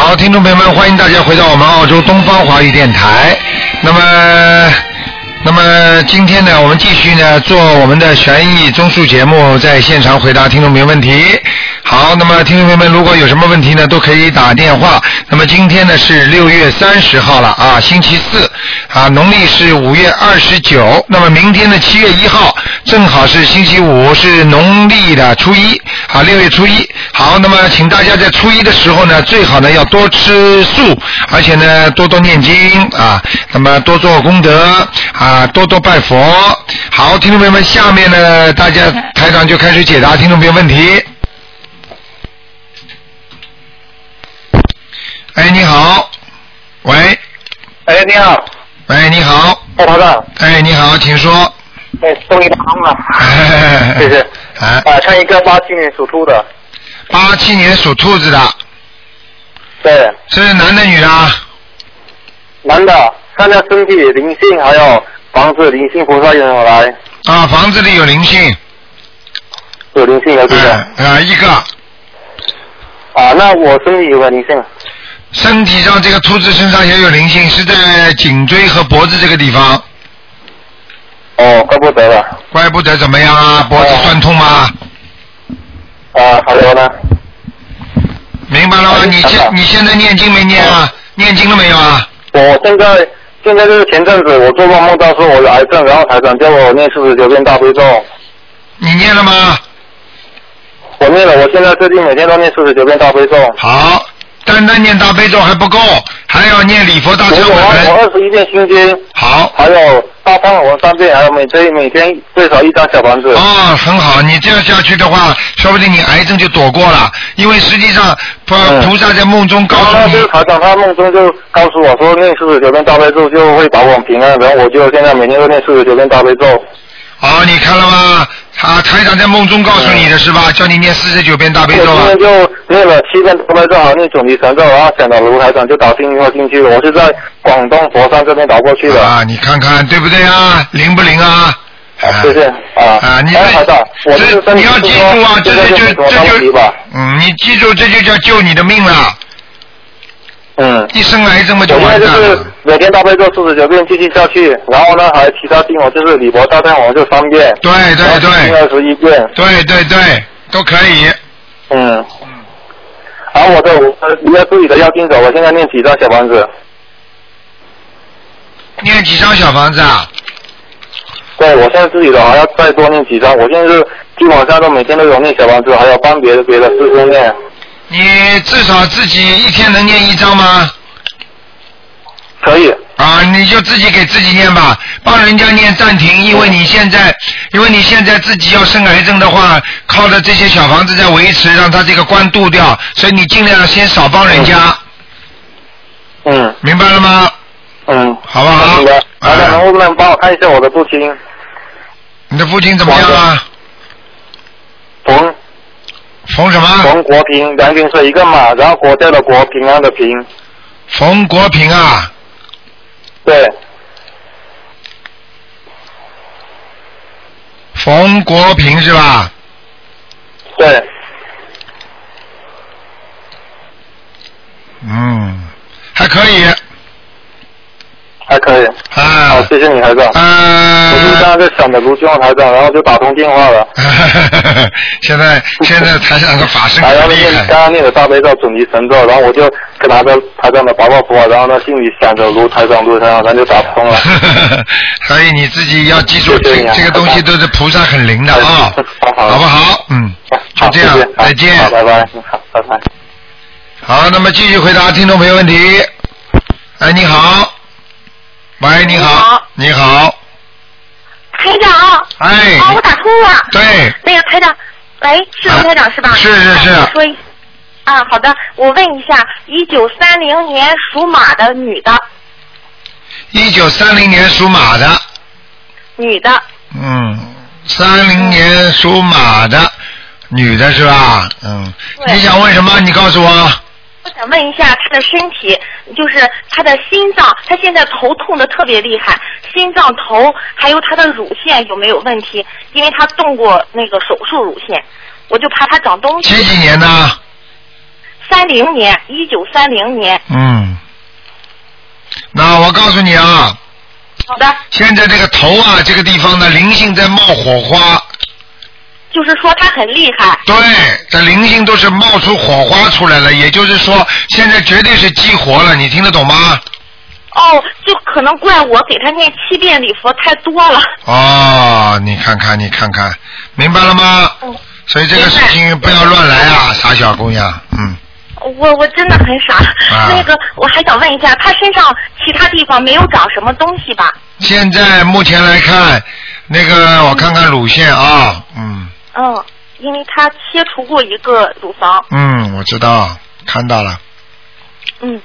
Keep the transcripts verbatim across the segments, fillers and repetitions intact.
好，听众朋友们，欢迎大家回到我们澳洲东方华语电台。那么，那么今天呢，我们继续呢做我们的悬疑综述节目，在现场回答听众朋友问题。好，那么听众朋友们，如果有什么问题呢，都可以打电话。那么今天呢是六月三十号了啊，星期四啊，农历是五月二十九。那么明天的七月一号正好是星期五，是农历的初一啊，六月初一。好，那么请大家在初一的时候呢，最好呢要多吃素，而且呢多多念经啊，那么多做功德啊，多多拜佛。好，听众朋友们，下面呢大家台长就开始解答听众朋友问题。哎，你好，喂。 哎，你好。 喂，你好。 哎，台长。 哎，你好，请说。 哎，终于打通了。 哎， 谢谢。 啊。 啊，看一个八七年属兔的。 八七年属兔子的。 对。 是男的女的？ 男的，看下身体灵性，还有房子灵性菩萨有没有来？ 啊，房子里有灵性。 有灵性有几个？ 啊，一个。 啊，那我身体有没有灵性？ 身体上这个兔子身上也有灵性，是在颈椎和脖子这个地方。 哦，怪不得了。 怪不得怎么样啊？脖子酸痛吗？ 啊，还有呢？ 明白了吗？你现你现在念经没念啊？念经了没有啊？ 我现在现在就是前阵子我做梦梦到说我有癌症，然后台长叫我念四十九遍大悲咒。 你念了吗？ 我念了，我现在最近每天都念四十九遍大悲咒。 好，单单念大悲咒还不够，还要念礼佛大忏悔文。 我二十一遍心经。 好。 还有大忏悔文三遍，还有每天每天最少一张小房子。 哦，很好，你这样下去的话，说不定你癌症就躲过了，因为实际上菩菩萨在梦中告诉你。 就是台长他梦中就告诉我说念四十九遍大悲咒就会保我平安，然后我就现在每天都念四十九遍大悲咒。 哦，你看了吗？啊，台长在梦中告诉你的是吧？嗯、叫你念四十九遍大悲咒啊。 我今天就念了七遍大悲咒，好念准提神咒，然后想到卢台长就打电话进去了。我是在广东佛山这边打过去的。 啊，你看看对不对啊？灵不灵啊？ 啊，谢谢啊。 啊，你台长，我这你要记住啊，这就就这就嗯，你记住这就叫救你的命了。 嗯， 一生癌症嘛就完蛋了。 我现在就是每天大悲咒四十九遍继续下去，然后呢还有其他经文就是礼佛大忏悔就三遍。 对对对。 二十一遍。 对对对，都可以。 嗯。然后我的我你要自己的要经者，我现在念几张小房子？ 念几张小房子啊？ 对，我现在自己的还要再多念几张，我现在是基本上都每天都有念小房子，还要帮别的别的师兄念。 你至少自己一天能念一张吗？ 可以。 啊，你就自己给自己念吧，帮人家念暂停，因为你现在，因为你现在自己要生癌症的话，靠着这些小房子在维持，让他这个关渡掉，所以你尽量先少帮人家。 嗯。 明白了吗？ 嗯。 好不好？ 明白。好的，能不能帮我看一下我的父亲？ 你的父亲怎么样啊？ 冯。 冯什么？ 冯国平，两平是一个马，然后国家的国，平安的平。 冯国平啊。 对。 冯国平是吧？ 对。 嗯，还可以。 还可以。 啊。 好，谢谢你，台长。 啊。 我就刚刚在想着卢俊宏台长，然后就打通电话了。 现在现在台上个法师很厉害。刚刚念的大悲咒、准提神咒，然后我就跟拿着台长的宝宝符，然后呢心里想着卢台长、卢台长，他就打通了。 所以你自自己要记住，这这个东西都是菩萨很灵的啊，好不好？嗯，就这样，再见。 好，拜拜。好，拜拜。 好，那么继续回答听众朋友问题。哎，你好。喂，你好。你好。 台长。 哎。 啊，我打通了。 对。 那个台长，喂，是卢台长是吧？ 是是是。 我说一啊，好的，我问一下，一九三零年属马的女的。 一九三零年属马的。 女的。 嗯，三零年属马的女的是吧？嗯。你想问什么？你告诉我。 我想问一下她的身体，就是她的心脏，她现在头痛的特别厉害，心脏头还有她的乳腺有没有问题？因为她动过那个手术乳腺，我就怕她长东西。 几几年呢？ 三零年，一九三零年。 嗯。那我告诉你啊。 好的。 现在这个头啊，这个地方的灵性在冒火花。 就是说它很厉害。 对，这灵性都是冒出火花出来了，也就是说现在绝对是激活了，你听得懂吗？ 哦，就可能怪我给他念七遍礼佛太多了。 哦，你看看，你看看，明白了吗？嗯。所以这个事情不要乱来啊，傻小姑娘，嗯。 我我真的很傻。啊、那个，我还想问一下，他身上其他地方没有长什么东西吧？ 现在目前来看，那个我看看乳腺啊，嗯。 嗯，因为他切除过一个乳房。 嗯，我知道，看到了。 嗯。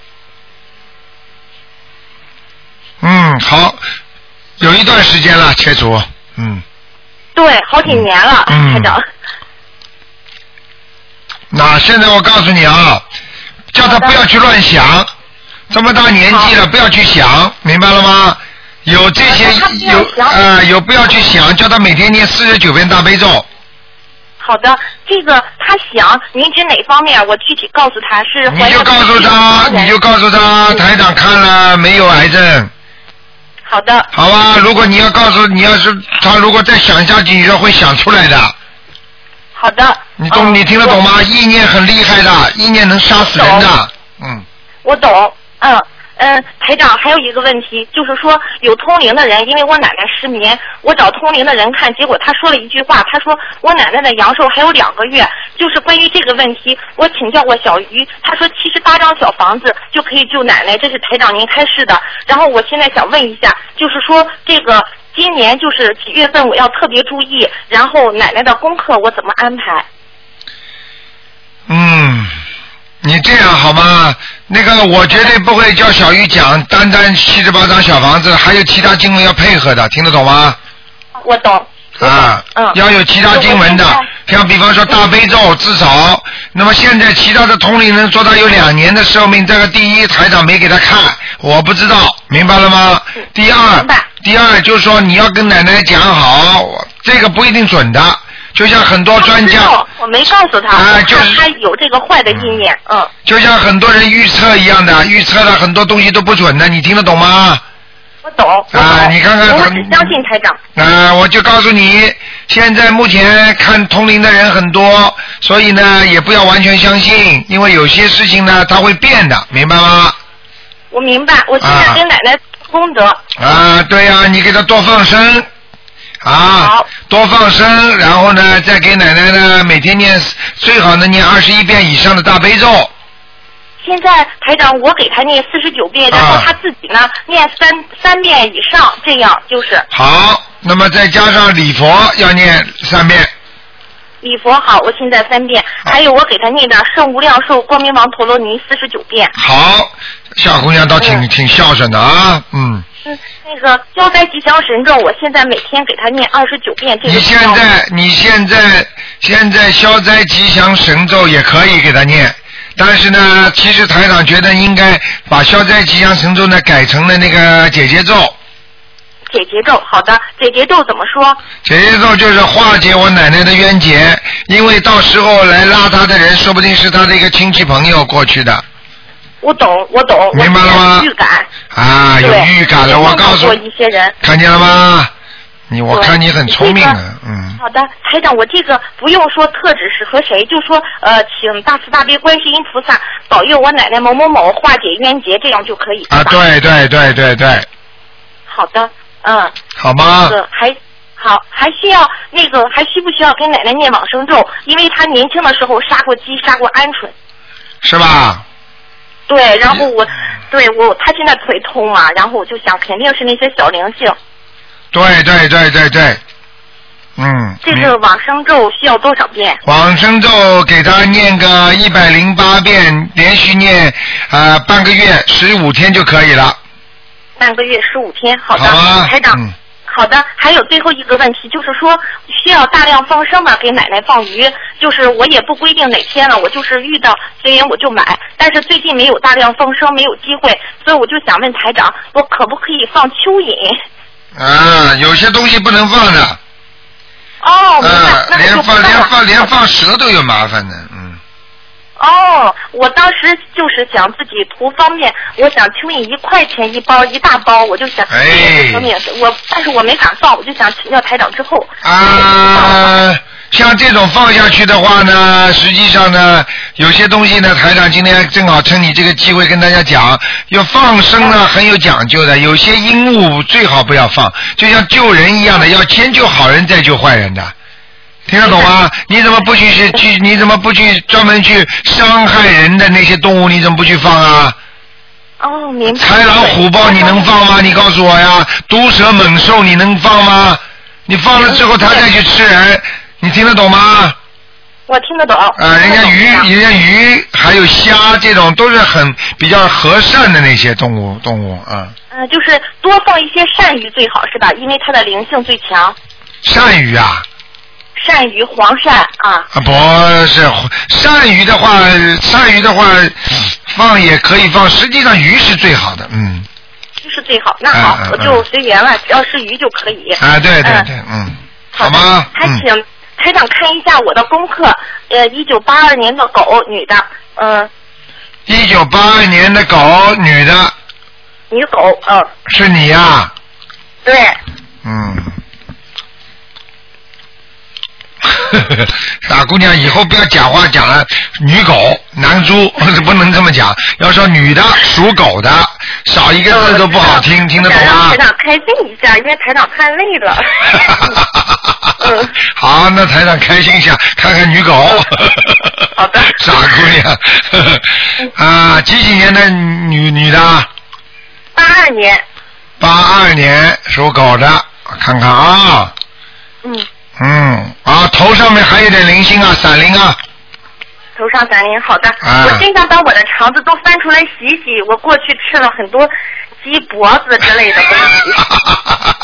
嗯，好，有一段时间了，切除，嗯。 对，好几年了， 嗯、 台长。 那现在我告诉你啊，叫他不要去乱想，这么大年纪了，不要去想，明白了吗？有这些有啊、呃，有不要去想，叫他每天念四十九遍大悲咒。 好的，这个他想，您指哪方面？我具体告诉他是。 你就告诉他，你就告诉他，台长看了没有癌症。 好的。 好吧，如果你要告诉你要是他如果再想下去，你就会想出来的。 好的。 你懂、嗯、你听得懂吗？意念很厉害的，意念能杀死人的。嗯。 我懂，嗯。嗯，台长，还有一个问题，就是说有通灵的人，因为我奶奶失眠，我找通灵的人看，结果他说了一句话，他说我奶奶的阳寿还有两个月。就是关于这个问题，我请教过小鱼，他说七十八张小房子就可以救奶奶，这是台长您开示的。然后我现在想问一下，就是说这个今年就是几月份我要特别注意，然后奶奶的功课我怎么安排？ 嗯。你这样好吗？那个我绝对不会叫小玉讲单单七十八张小房子，还有其他经文要配合的，听得懂吗？ 我懂。 啊，嗯，要有其他经文的，像比方说大悲咒至少。那么现在其他的同龄人说他有两年的寿命，这个第一台长没给他看，我不知道，明白了吗？第二，第二就是说你要跟奶奶讲好，这个不一定准的。就像很多专家， 我没告诉他， 啊，就是他有这个坏的意念，嗯。 就像很多人预测一样的，预测的很多东西都不准的，你听得懂吗？ 我懂。 啊，你看看。 我只相信台长。 啊，我就告诉你，现在目前看通灵的人很多，所以呢，也不要完全相信，因为有些事情呢，它会变的，明白吗？ 我明白，我现在跟奶奶功德。 啊，对呀、啊，你给他多放生。啊，多放生，然后呢，再给奶奶呢每天念，最好能念二十一遍以上的大悲咒。 现在台长，我给他念四十九遍，然后他自己呢、啊、念三三遍以上，这样就是。 好，那么再加上礼佛要念三遍。 礼佛好，我现在三遍，还有我给他念的圣无量寿光明王陀罗尼四十九遍。 好，小姑娘倒挺、嗯、挺孝顺的啊，嗯。 嗯，那个消灾吉祥神咒，我现在每天给他念二十九遍。这个你现在你现在现在消灾吉祥神咒也可以给他念，但是呢，其实台长觉得应该把消灾吉祥神咒呢改成了那个解结咒。 解结咒，好的，解结咒怎么说？ 解结咒就是化解我奶奶的冤结，因为到时候来拉她的人，说不定是她的一个亲戚朋友过去的。 我懂，我懂， 明白了吗？ 预感啊，有预感了，我告诉一些人， 看见了吗？你我看你很聪明啊，嗯。 好的，台长，我这个不用说特指是和谁，就说呃，请大慈大悲观世音菩萨保佑我奶奶某某某化解冤结，这样就可以。 啊，对对对对对。 好的，嗯。 好吗？ 这个还好，还需要那个还需不需要给奶奶念往生咒？因为她年轻的时候杀过鸡，杀过鹌鹑。是吧？ 对，然后我，对我，他现在腿痛嘛，然后我就想，肯定是那些小灵性。 对对对对对，嗯。 这个往生咒需要多少遍？ 往生咒给他念个一百零八遍，连续念啊、呃、半个月，十五天就可以了。 半个月十五天，好的， 好台长。 嗯好的，还有最后一个问题，就是说需要大量放生嘛，给奶奶放鱼，就是我也不规定哪天了，我就是遇到随缘我就买，但是最近没有大量放生，没有机会，所以我就想问台长，我可不可以放蚯蚓？ 啊，有些东西不能放的。 哦，明白。 啊，连放连放连放蛇都有麻烦的，嗯。 哦，我当时就是想自己图方便，我想清理一块钱一包一大包，我就想哎方便我，但是我没敢放，我就想请教台长之后。 啊，像这种放下去的话呢，实际上呢，有些东西呢，台长今天正好趁你这个机会跟大家讲，要放生呢很有讲究的，有些阴物最好不要放，就像救人一样的，要先救好人再救坏人的。听得懂吗？你怎么不去去？你怎么不去专门去伤害人的那些动物？你怎么不去放啊？ 哦，明白。 豺狼虎豹你能放吗？你告诉我呀！毒蛇猛兽你能放吗？你放了之后它再去吃人，你听得懂吗？ 我听得懂。 啊、呃，人家鱼、人家鱼还有虾这种都是很比较和善的那些动物动物啊。 嗯、呃，就是多放一些鳝鱼最好是吧？因为它的灵性最强。 鳝鱼啊？ 鳝鱼、黄鳝啊。 啊，不是鳝鱼的话，鳝鱼的话放也可以放，实际上鱼是最好的，嗯。 鱼是最好，那好，嗯、我就随缘了，只要是鱼就可以。 啊，对对对，嗯，嗯好吗？ 还请、嗯、台长看一下我的功课，呃，一九八二年的狗，女的，嗯、呃。 一九八二年的狗，女的。 女狗，嗯。 是你呀、啊？ 对。 嗯。傻姑娘，以后不要讲话讲了女狗男猪，不能这么讲，要说女的属狗的，少一个字都不好听，听得懂吗？ 台长开心一下，因为台长太累了。嗯、 好，那台长开心一下，看看女狗。 好的。 傻姑娘。啊，几几年的女女的？ 八二年。 八二年属狗的，看看啊。 嗯。 嗯，啊，头上面还有点灵性啊，闪灵啊。 头上闪灵，好的。 啊、 我真想把我的肠子都翻出来洗洗，我过去吃了很多鸡脖子之类的东西。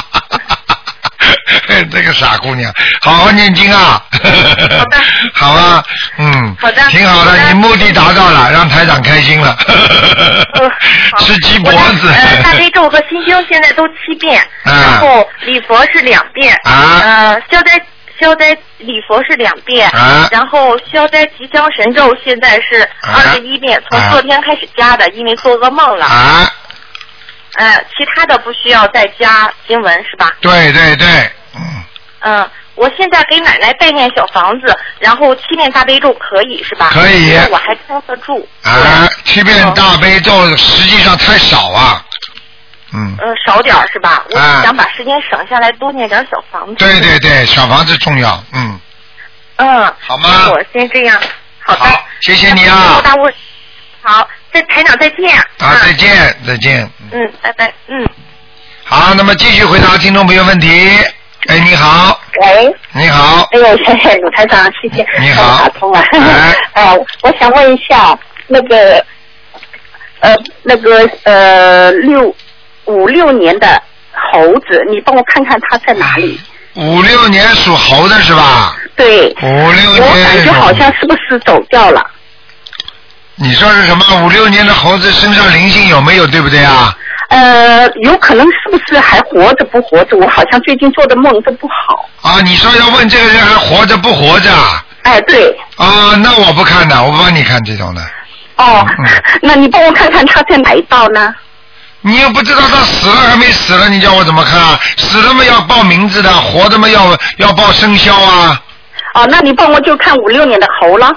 这个傻姑娘，好好念经啊！ 好的。 好啊，嗯。 好的。 挺好的，你目的达到了，让台长开心了。 嗯、 吃鸡脖子。 呃，大悲咒和心经现在都七遍， 啊、 然后礼佛是两遍， 啊、 呃，消灾消灾礼佛是两遍， 啊、 然后消灾吉祥神咒现在是二十一遍，啊、从昨天开始加的，因为做噩梦了。 啊。 呃，其他的不需要再加经文是吧？ 对对对，嗯。 嗯，我现在给奶奶拜念小房子，然后七遍大悲咒可以是吧？ 可以。 我还撑得住。 啊，七遍大悲咒实际上太少啊。嗯。 呃，少点是吧？我想把时间省下来，多念点小房子。 对对对，小房子重要，嗯。 嗯。 好吗？ 我先这样。好的。 好，谢谢你啊。 好，在台长再见。 啊，再见，再见。 嗯，拜拜，嗯。 好，那么继续回答听众朋友问题。哎，你好。 喂。 你好。 哎呦，谢谢鲁台长，谢谢。 你好。 打通了。 哎。 呃，我想问一下，那个，呃，那个呃，六五六年的猴子，你帮我看看它在哪里？ 五六年属猴的是吧？ 对。 五六年。 我感觉好像是不是走掉了？ 你说是什么？五六年的猴子身上灵性有没有？对不对啊？ 呃，有可能是不是还活着不活着？我好像最近做的梦都不好。 啊，你说要问这个人还活着不活着？ 哎，对。 啊，那我不看的，我不帮你看这种的。 哦，嗯、那你帮我看看他在哪一道呢？ 你又不知道他死了还没死了，你叫我怎么看啊？死了嘛要报名字的，活的嘛要要报生肖啊。 哦，那你帮我就看五六年的猴了。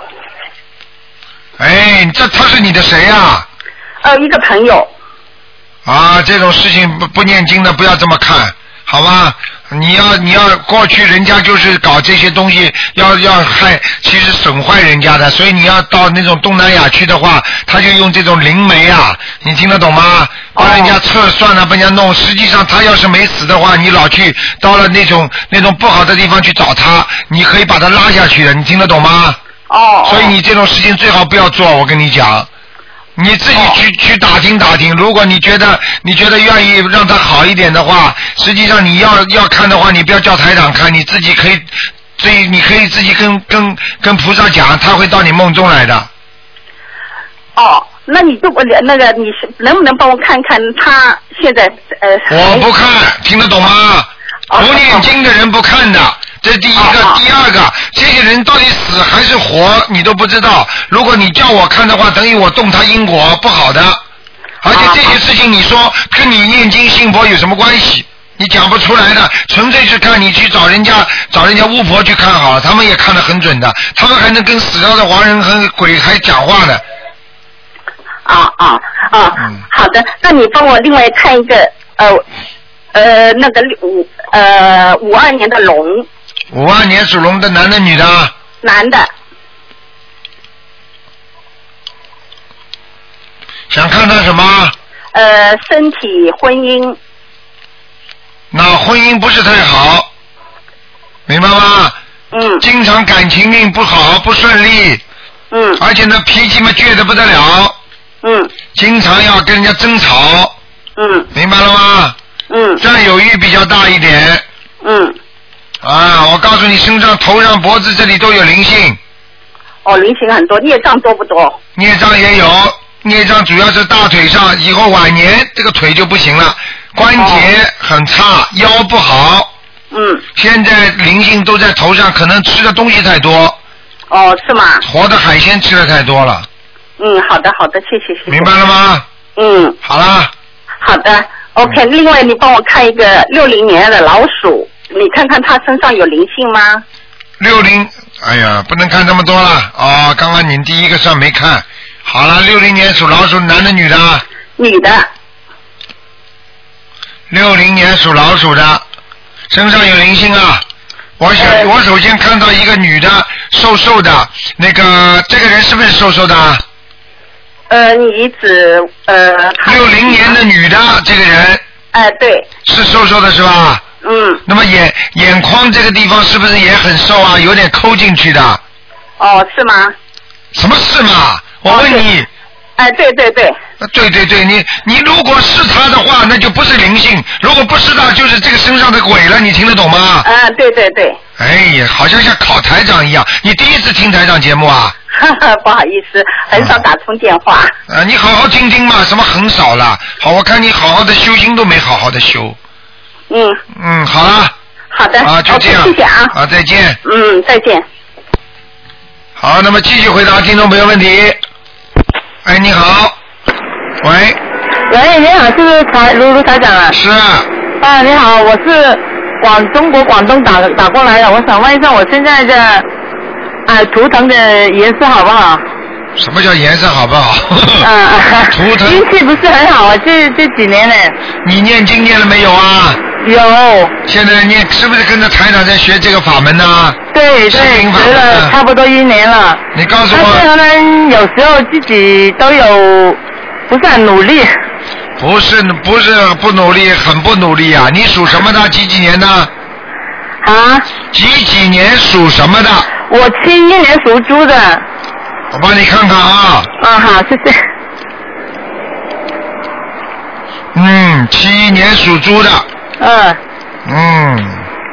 哎，这他是你的谁呀、啊？ 呃，一个朋友。 啊，这种事情不不念经的不要这么看，好吧？你要你要过去人家就是搞这些东西，要要害，其实损坏人家的，所以你要到那种东南亚去的话，他就用这种灵媒啊，你听得懂吗？帮人家测算啊，帮人家弄，实际上他要是没死的话，你老去到了那种那种不好的地方去找他，你可以把他拉下去的，你听得懂吗？ 哦。 所以你这种事情最好不要做，我跟你讲。你自己去、哦、去打听打听，如果你觉得你觉得愿意让他好一点的话，实际上你要要看的话，你不要叫台长看，你自己可以，自己你可以自己跟跟跟菩萨讲，他会到你梦中来的。 哦，那你如果那个你是能不能帮我看看他现在呃？ 我不看，听得懂吗？不念经的人不看的。 这是第一个。 哦哦第二个，这些人到底死还是活，你都不知道。如果你叫我看的话，等于我动他因果，不好的。而且这些事情，你说跟你念经信佛有什么关系？你讲不出来的，纯粹是看你去找人家找人家巫婆去看好了，他们也看得很准的，他们还能跟死掉的亡人和鬼还讲话呢。 啊啊啊！ 嗯好的，那你帮我另外看一个呃呃那个五呃五二年的龙， 五二年属龙的男的女的？ 男的。 想看他什么？ 呃，身体、婚姻。 那婚姻不是太好，明白吗？ 嗯。 经常感情运不好，不顺利。 嗯。 而且呢，脾气嘛倔得不得了。 嗯。 经常要跟人家争吵。 嗯。 明白了吗？ 嗯。 占有欲比较大一点。 嗯。 啊，我告诉你，身上、头上、脖子这里都有灵性。 哦，灵性很多，孽障多不多？ 孽障也有。孽障主要是大腿上，以后晚年这个腿就不行了，关节很差，腰不好。 嗯。 现在灵性都在头上，可能吃的东西太多。 哦，是吗？ 活的海鲜吃的太多了。 嗯，好的，好的，谢谢，谢谢。 明白了吗？ 嗯。 好了。 好的 ，OK。另外，你帮我看一个六零年的老鼠，你看看他身上有灵性吗？ 六零，哎呀，不能看这么多了哦。刚刚你第一个算没看。好了，六零年属老鼠，男的女的？ 女的。 六零年属老鼠的，身上有灵性啊！我首、呃、我首先看到一个女的，瘦瘦的，那个这个人是不是瘦瘦的？ 呃，你指呃。 六零年的女的，这个人。 哎、呃，对。 是瘦瘦的是吧？ 嗯。 那么眼眼眶这个地方是不是也很瘦啊？有点抠进去的。 哦，是吗？ 什么是吗？我问你。 哎、呃，对对对。 对对对，你你如果是他的话，那就不是灵性；如果不是他，就是这个身上的鬼了。你听得懂吗？ 啊、呃，对对对。 哎呀，好像像考台长一样。你第一次听台长节目啊？ 哈哈，不好意思，很少打通电话。 啊，你好好听听嘛，什么很少了？好，我看你好好的修心都没好好的修。 嗯。 嗯，好了。 好的。 啊，就这样。 谢谢啊。 啊，再见。 嗯，再见。 好，那么继续回答听众朋友问题。哎，你好。喂。 喂，你好，是不是台卢卢台长啊？ 是啊。 啊，你好，我是广中国广东打打过来的，我想问一下，我现在的啊图腾的颜色好不好？ 什么叫颜色好不好？ 啊， 图腾。 运气不是很好啊，这这几年呢。 你念经念了没有啊？ 有。 现在念是不是跟着台长在学这个法门呢？ 对对，学了差不多一年了。 你告诉我。 但是呢，有时候自己都有不是很努力。 不是不是不努力，很不努力啊！你属什么的？几几年的？ 啊？ 几几年属什么的？ 我七一年属猪的。 我帮你看看啊。 啊，好，谢谢。 嗯，七一年属猪的。 嗯。 嗯。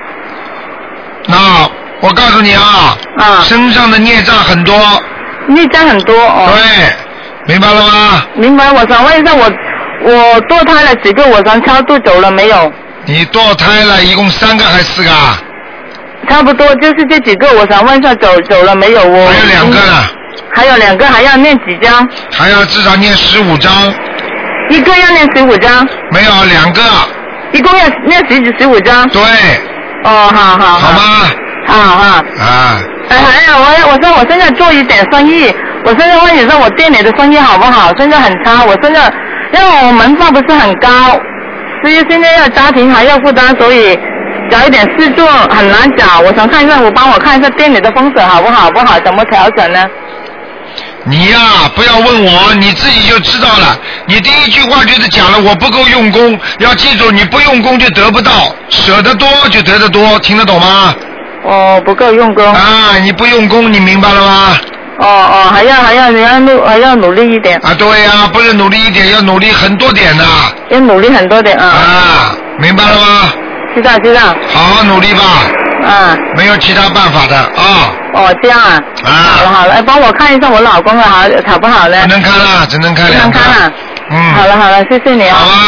那我告诉你啊。 啊。 身上的孽障很多。 孽障很多哦。 对，明白了吗？ 明白，我想问一下，我我堕胎了几个？我想超度走了没有？ 你堕胎了一共三个还是四个啊？ 差不多就是这几个，我想问一下走走了没有？我还有两个呢。 还有两个，还要念几张？ 还要至少念十五张。 一个要念十五张？ 没有，两个。 一共要念十十五张？ 对。 哦，好好。 好吗？ 好好。 啊。 哎，还有我，我说我现在做一点生意，我现在问你说我店里的生意好不好？现在很差，我现在因为我门槛不是很高，所以现在要家庭还要负担，所以找一点事做很难找。我想看一下，我帮我看一下店里的风水好不好？不好怎么调整呢？ 你呀、啊，不要问我，你自己就知道了。你第一句话就是讲了我不够用功，要记住，你不用功就得不到，舍得多就得得多，听得懂吗？ 哦，不够用功。 啊，你不用功，你明白了吗？ 哦哦，还要还要你要努还要努力一点。 啊，对呀、啊，不是努力一点，要努力很多点的。 要努力很多点啊。 啊，明白了吗？ 知道知道。 好好努力吧。 啊。 没有其他办法的啊。 哦，这样啊。 啊。 好了好了，帮我看一下我老公的好好不好呢？ 不能看了，只能看两个。 不能看了。 嗯。 好了好了，谢谢你啊。 好吧。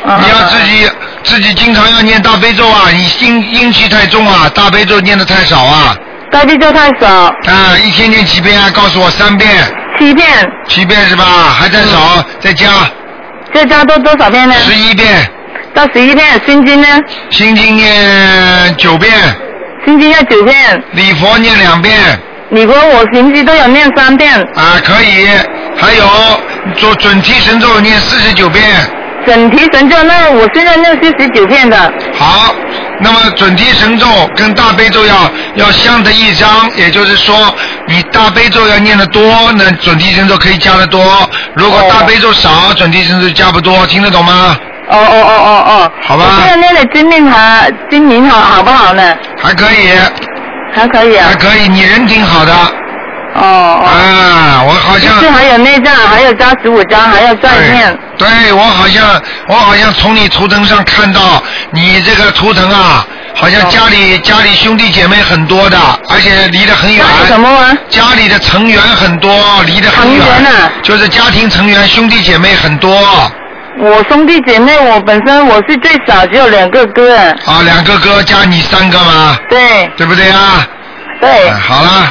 嗯你要自己自己经常要念大悲咒啊，你阴阴气太重啊，大悲咒念的太少啊。 大悲咒太少。 啊，一天念几遍啊？告诉我三遍。 七遍。 七遍是吧？还太少，嗯、再加。 再加多多少遍呢？ 十一遍。 到十一遍，心经呢？ 心经念九遍。 心经要九遍。 礼佛念两遍。 礼佛我平时都有念三遍。 啊，可以。还有做准提神咒念四十九遍。 准提神咒，那我现在念四十九遍的。 好，那么准提神咒跟大悲咒要要相得益彰，也就是说，你大悲咒要念得多，那准提神咒可以加得多；如果大悲咒少，哦、准提神咒加不多，听得懂吗？ 哦哦哦哦哦。 好吧。 我现在念的经名还经名好好不好呢？ 还可以。 还可以啊。 还可以，你人挺好的。 哦哦。 啊，我好像。 就是还有内脏，还有加十五张，还要再念。 对，对我好像我好像从你图腾上看到你这个图腾啊，好像家里、哦、家里兄弟姐妹很多的，而且离得很远。 什么啊？ 家里的成员很多，离得很远。成员啊？就是家庭成员兄弟姐妹很多。 我兄弟姐妹，我本身我是最少，只有两个哥。 啊，两个哥加你三个吗？ 对。 对不对啊？ 对。 啊、好了。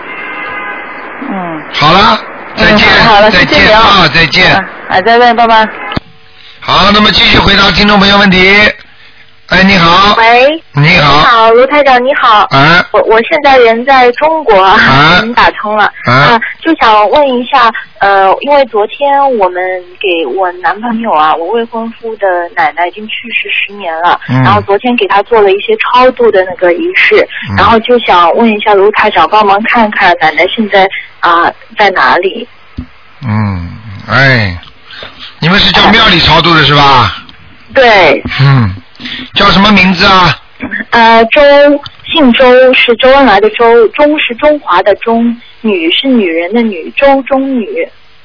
嗯。 好了。再见， 嗯、好了， 再见啊，再见。 啊，再见，拜拜。 好，那么继续回答听众朋友问题。哎，你好。 喂。 你好。 你好，卢台长，你好。 啊。 我我现在人在中国， 啊， 您打通了。 啊。 啊，就想问一下，呃，因为昨天我们给我男朋友啊，我未婚夫的奶奶已经去世十年了， 嗯、 然后昨天给他做了一些超度的那个仪式，嗯、然后就想问一下卢台长，帮忙看看奶奶现在啊、呃、在哪里？ 嗯，哎，你们是叫庙里超度的是吧？ 对。 嗯。叫什么名字啊？ 呃，周，姓周，是周恩来的周，中是中华的中，女是女人的女，周中女。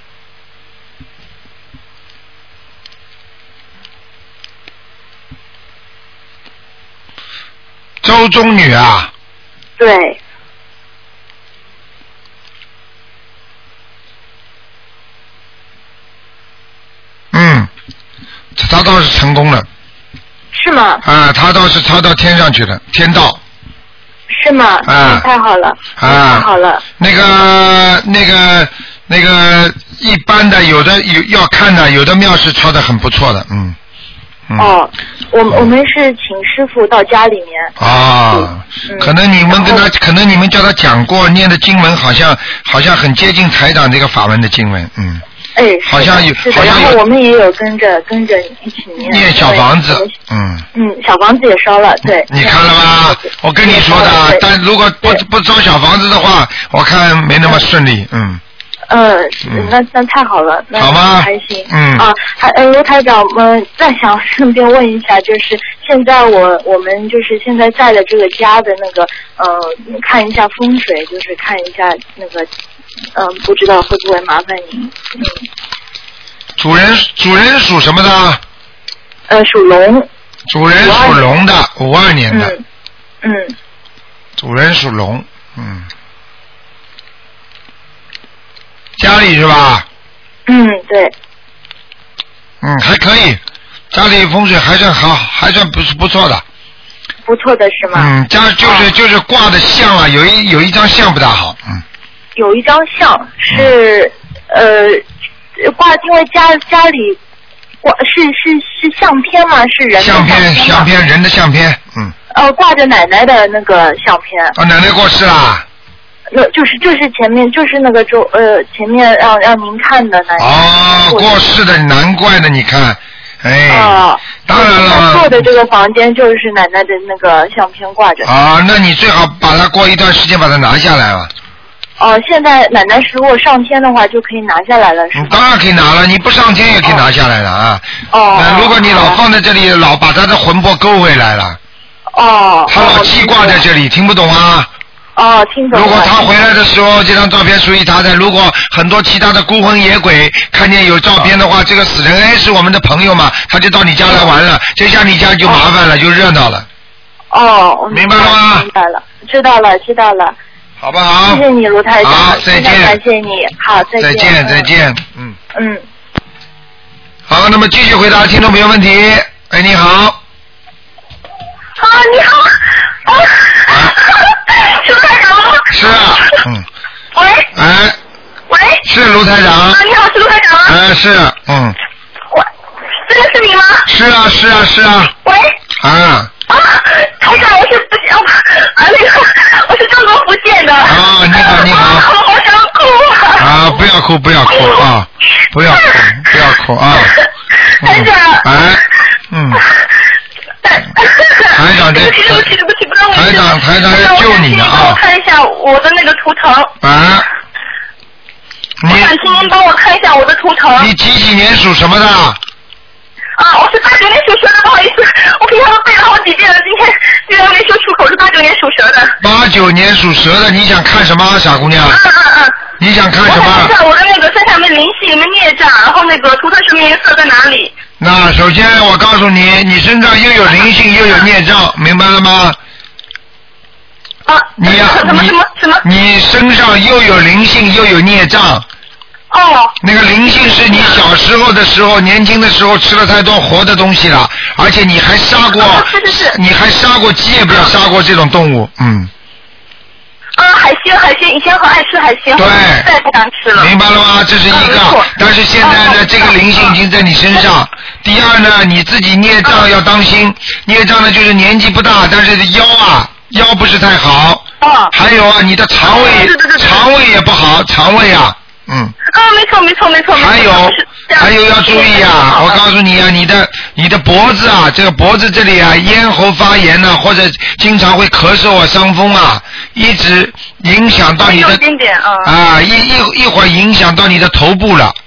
周中女啊？ 对。 嗯，他倒是成功了。 是吗？ 啊，他倒是超到天上去了，天道。 是吗？ 啊， 太好了。 啊， 太好了。 那个、那个、那个，一般的有的有要看的，有的庙是抄的很不错的，嗯。嗯哦，我我们是请师傅到家里面。 啊、 嗯， 可能你们跟他，可能你们叫他讲过念的经文，好像好像很接近台长这个法门的经文，嗯。 哎， 好像有， 是的， 好像有。 然后我们也有跟着跟着一起念。 念小房子，嗯。 嗯，小房子也烧了，对。 你看了吗？我跟你说的，但如果不不烧小房子的话，我看没那么顺利，嗯。 嗯，那那太好了，那很开心。 嗯。 啊，还呃，卢台长，我们再想顺便问一下，就是现在我我们就是现在在的这个家的那个呃，看一下风水，就是看一下那个。嗯，不知道会不会麻烦您？嗯。 主人，主人属什么的？ 呃，属龙。 主人属龙的，五二年的。 嗯。嗯。 主人属龙，嗯。家里是吧？ 嗯，对。 嗯，还可以，家里风水还算好，还算不是不错的。 不错的是吗？ 嗯，家就是、哦、就是挂的像啊，有一有一张像不大好，嗯。 有一张像是、嗯、呃挂，因为家家里挂是是是相片吗？是人的相片相片人的相片，嗯。 呃，挂着奶奶的那个相片。 啊，奶奶过世啦。 那就是就是前面就是那个周呃前面让让您看的奶奶。 哦，过世的，难怪的，你看，哎。 哦。 当然了。 坐的这个房间就是奶奶的那个相片挂着。 啊，那你最好把它过一段时间把它拿下来了。 哦、呃，现在奶奶如果上天的话，就可以拿下来了，是吗？ 当然可以拿了，你不上天也可以拿下来了啊。 哦。 那、呃、如果你老放在这里，老把他的魂魄勾回来了。 哦。 他老记挂在这里，听不懂啊？ 哦，听懂了。 如果他回来的时候，这张照片属于他的，如果很多其他的孤魂野鬼看见有照片的话，这个死人哎是我们的朋友嘛，他就到你家来玩了，这下你家就麻烦了，哦、就热闹了。 哦， 明白了吗？ 明白了，知道了，知道了。 好不好？ 谢谢你，卢台长。 好，再见。 感谢你，好，再见。 再见，再见，嗯。 嗯。 好， 好，那么继续回答听众朋友问题。哎，你好。 啊，你好。啊。是卢台长吗？ 是啊。嗯。 喂。 哎。 喂。 是卢台长。 啊，你好，是卢台长吗？ 哎，是，嗯。 喂，真的是你吗？ 是啊，是啊，是啊。 喂。 啊。 啊，台长，我是不想啊，那个我是中国福建的。 啊，你好，你好。 我好想哭啊。 啊，不要哭，不要哭啊，不要哭，不要哭啊。 台长。 哎，嗯。台长这。 对不起，对不起，对不起，不让我。 台长，台长要救你的啊。 帮我看一下我的那个图腾。 啊。 我想请您帮我看一下我的图腾。 你几几年属什么的？ 啊，我是八九年属蛇的，不好意思，我平常都背了好几遍了，今天居然没说出口，是八九年属蛇的。 八九年属蛇的，你想看什么，傻姑娘？ 嗯嗯嗯。 你想看什么？ 我想看我的那个身上的灵性、有没有孽障，然后那个图腾什么颜色在哪里？ 那首先我告诉你，你身上又有灵性又有孽障，明白了吗？ 啊。 你呀、 什么什么什么？ 你身上又有灵性又有孽障。 哦。 那个灵性是你小时候的时候、年轻的时候吃了太多活的东西了，而且你还杀过， 啊、是是是， 你还杀过鸡，也不要杀过这种动物，嗯。 啊，海鲜海鲜，以前很爱吃海鲜， 对， 再也不敢吃了。 明白了吗？这是一个， 啊、 但是现在呢，这个灵性已经在你身上。第二呢，你自己孽障要当心，孽障呢就是年纪不大，但是腰啊腰不是太好。 啊。 还有啊，你的肠胃， 对对对对肠胃也不好，肠胃啊。嗯。 啊，没错没错没错。 还有还有要注意啊！我告诉你啊，你的你的脖子啊，这个脖子这里啊，咽喉发炎呐、啊，或者经常会咳嗽啊、伤风啊，一直影响到你的。 有一点点啊。 啊，一一一会儿影响到你的头部了。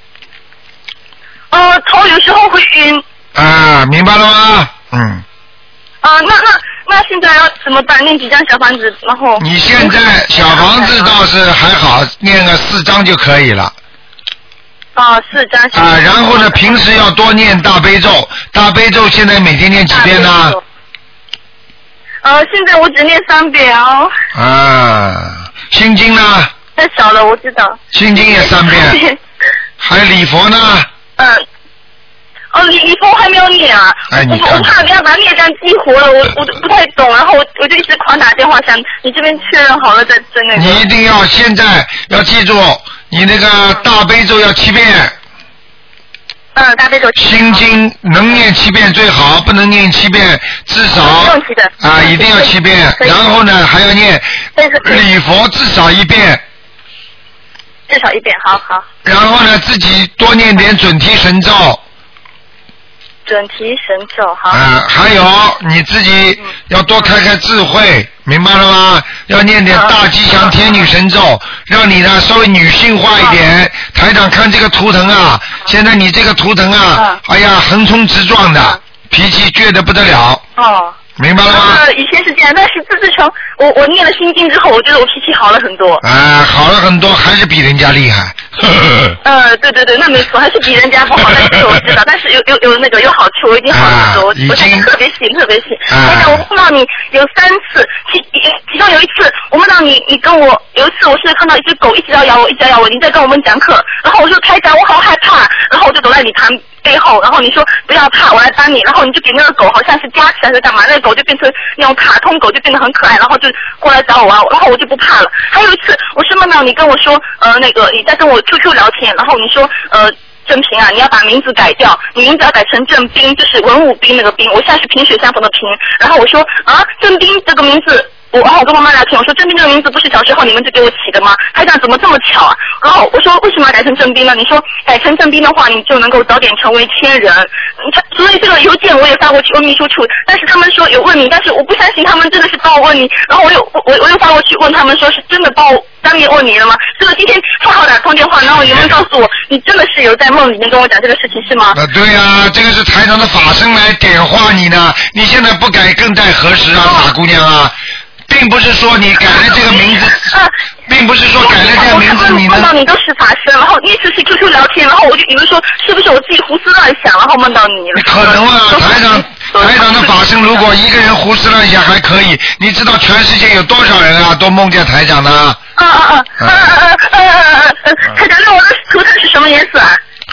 呃，头有时候会晕。 啊，明白了吗？嗯。 啊，那那。那现在要怎么办？念几张小房子，然后？ 你现在小房子倒是还好，念个四张就可以了。 哦，四张。 啊，然后呢，平时要多念大悲咒，大悲咒现在每天念几遍呢？ 呃，现在我只念三遍哦。 啊，心经呢？ 太少了，我知道。 心经也三遍。还有礼佛呢？ 嗯。哦，礼礼佛还没有念啊， 哎、 我我怕人家把孽障激活了，我我不太懂，然后我我就一直狂打电话想你这边确认好了再再那个。 你一定要现在要记住，你那个大悲咒要七遍。 嗯，大悲咒。 心经能念七遍最好，不能念七遍至少啊一定要七遍，然后呢还要念礼佛至少一遍。 至少一遍，好好。 然后呢自己多念点准提神咒。 准提神咒好。 啊，还有你自己要多开开智慧，嗯、明白了吗？要念点大吉祥天女神咒，让你呢稍微女性化一点。台长看这个图腾啊，现在你这个图腾啊，哎呀横冲直撞的，脾气倔得不得了。哦。明白了吗？ 呃，以前是这样，但是自自从我我念了心经之后，我觉得我脾气好了很多。 啊，好了很多，还是比人家厉害。 呃，对对对，那没错，还是比人家不好，但是我知道，但是有有有那个有好处，我已经好很多，啊、我现在特别信，特别信。哎呀，我碰到你有三次，其其中有一次我梦到你，你跟我有一次我是看到一只狗一直要咬我，一直要咬我，你在跟我们讲课，然后我说台长，我好害怕，然后我就躲在你旁背后，然后你说不要怕，我来帮你，然后你就给那个狗好像是加起来是干嘛，那个狗就变成那种卡通狗，就变得很可爱，然后就过来找我玩，然后我就不怕了。还有一次，我是梦到你跟我说，呃，那个你在跟我 Q Q 聊天，然后你说，呃，郑平啊，你要把名字改掉，你名字要改成郑斌，就是文武兵那个兵，我现在是萍水相逢的萍，然后我说啊，郑斌这个名字。我然后我跟妈妈聊天，我说郑斌这个名字不是小时候你们就给我起的吗？台长怎么这么巧啊？然后我说为什么要改成郑斌呢？你说改成郑斌的话，你就能够早点成为千人。他所以这个邮件我也发过去问秘书处，但是他们说有问你，但是我不相信他们真的是帮我问你。然后我又我我又发过去问他们说是真的帮我当面问你了吗？所以今天恰好打通电话，然后有人告诉我你真的是有在梦里面跟我讲这个事情是吗？ 啊，对啊，这个是台上的法身来点化你呢，你现在不改更待何时啊，傻姑娘啊！并不是说你改了这个名字，啊、并不是说改了这个名字你能。 梦到你都是法身，然后那次是 Q Q 聊天，然后我就以为说是不是我自己胡思乱想，然后梦到你了。 可能啊，台长台长的法身，如果一个人胡思乱想还可以，你知道全世界有多少人啊都梦见台长的？啊啊啊啊啊啊啊啊！台长，那我的图腾是什么颜色啊？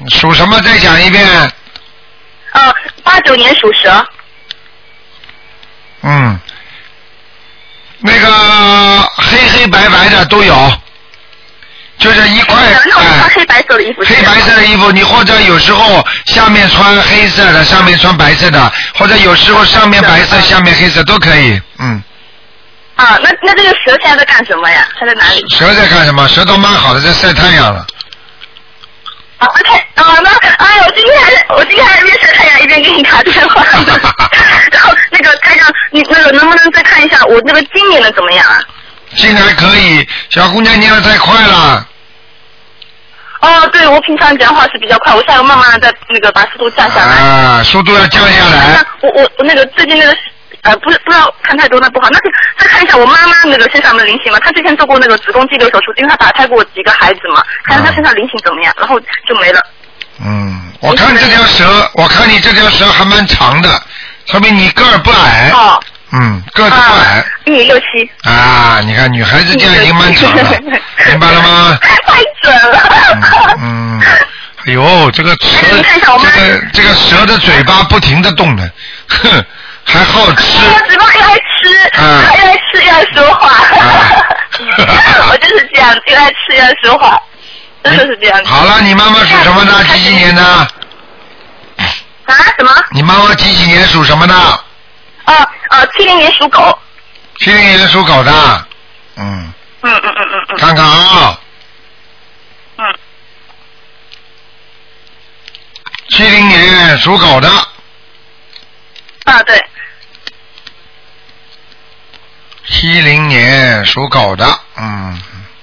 属什么？再讲一遍。 呃，八九年属蛇。 嗯，那个黑黑白白的都有，就是一块。 那我穿黑白色的衣服。 黑白色的衣服，你或者有时候下面穿黑色的，上面穿白色的，或者有时候上面白色，下面黑色都可以。嗯。 啊，那那这个蛇现在在干什么呀？它在哪里？ 蛇在干什么？蛇都蛮好的，在晒太阳了。 啊，太啊，那哎呦，我今天还我今天还一边晒太阳一边给你打电话。然后那个台长，你那个能不能再看一下我那个经念的怎么样啊？ 经还可以，小姑娘念的太快了。 哦，对，我平常讲话是比较快，我现在慢慢的在那个把速度降下来。 啊，速度要降下来。 我我我那个最近那个。呃，不是不知道看太多那不好，那就再看一下我妈妈那个身上的灵性嘛。她之前做过那个子宫肌瘤手术，因为她打胎过几个孩子嘛，看看她身上灵性怎么样，然后就没了。 嗯，我看这条蛇，我看你这条蛇还蛮长的，说明你个儿不矮。 哦。 嗯，个子不矮。 一米六七。 啊，你看女孩子这样已经蛮长了，明白了吗？ 太准了。 嗯。嗯哎呦，这个蛇，这个这个蛇的嘴巴不停的动的，哼。还好吃， 我嘴巴又爱吃， 啊、 又爱吃又爱说话，啊、我就是这样，又爱吃又爱说话，真的是这样子。 好了，你妈妈属什么的？几几年的？啊？ 什么？ 你妈妈几几年属什么的？ 呃呃，七零年属狗。 七零年属狗的。嗯。 嗯嗯嗯嗯嗯。 看看啊。 嗯。 七零年属狗的。 啊，对。 七零年属狗的，嗯。